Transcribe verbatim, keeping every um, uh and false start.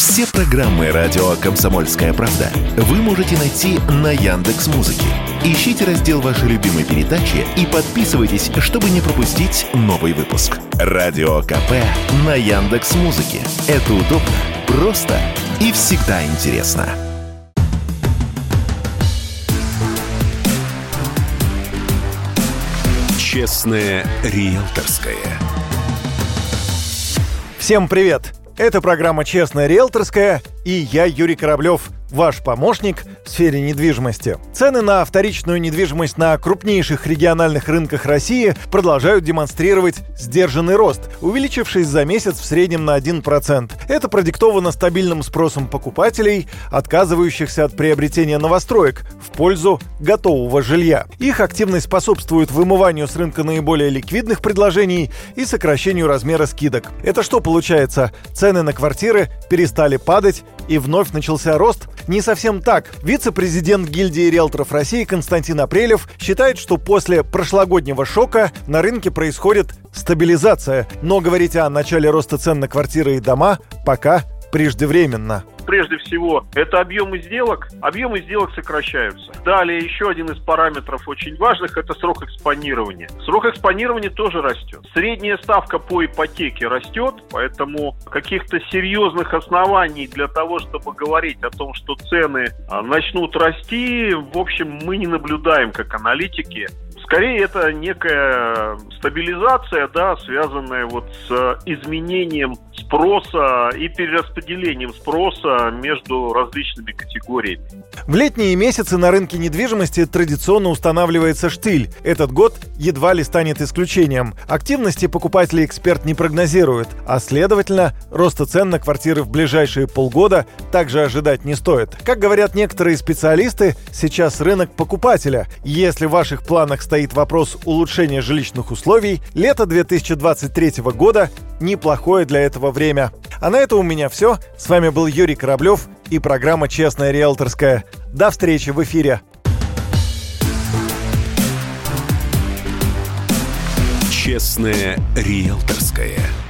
Все программы радио «Комсомольская правда» вы можете найти на Яндекс.Музыке. Ищите раздел вашей любимой передачи и подписывайтесь, чтобы не пропустить новый выпуск. Радио КП на Яндекс.Музыке. Это удобно, просто и всегда интересно. Честное риэлторское. Всем привет! Это программа «Честная риэлторская» и я, Юрий Кораблев, ваш помощник в сфере недвижимости. Цены на вторичную недвижимость на крупнейших региональных рынках России продолжают демонстрировать сдержанный рост, увеличившись за месяц в среднем на один процент. Это продиктовано стабильным спросом покупателей, отказывающихся от приобретения новостроек в пользу готового жилья. Их активность способствует вымыванию с рынка наиболее ликвидных предложений и сокращению размера скидок. Это что получается? Цены на квартиры перестали падать и вновь начался рост? Не совсем так. Вице-президент гильдии риэлторов России Константин Апрелев считает, что после прошлогоднего шока на рынке происходит стабилизация. Но говорить о начале роста цен на квартиры и дома пока преждевременно. Прежде всего, это объемы сделок. Объемы сделок сокращаются. Далее, еще один из параметров очень важных – это срок экспонирования. Срок экспонирования тоже растет. Средняя ставка по ипотеке растет, поэтому каких-то серьезных оснований для того, чтобы говорить о том, что цены начнут расти, в общем, мы не наблюдаем как аналитики. Скорее, это некая стабилизация, да, связанная вот с изменением спроса и перераспределением спроса между различными категориями. В летние месяцы на рынке недвижимости традиционно устанавливается штиль. Этот год едва ли станет исключением. Активности покупателей эксперт не прогнозирует, а следовательно, роста цен на квартиры в ближайшие полгода также ожидать не стоит. Как говорят некоторые специалисты, сейчас рынок покупателя. Если в ваших планах стоит вопрос улучшения жилищных условий, лето две тысячи двадцать третьего года – неплохое для этого время. А на это у меня все. С вами был Юрий Кораблев и программа «Честная риэлторская». До встречи в эфире. Честное риэлторское.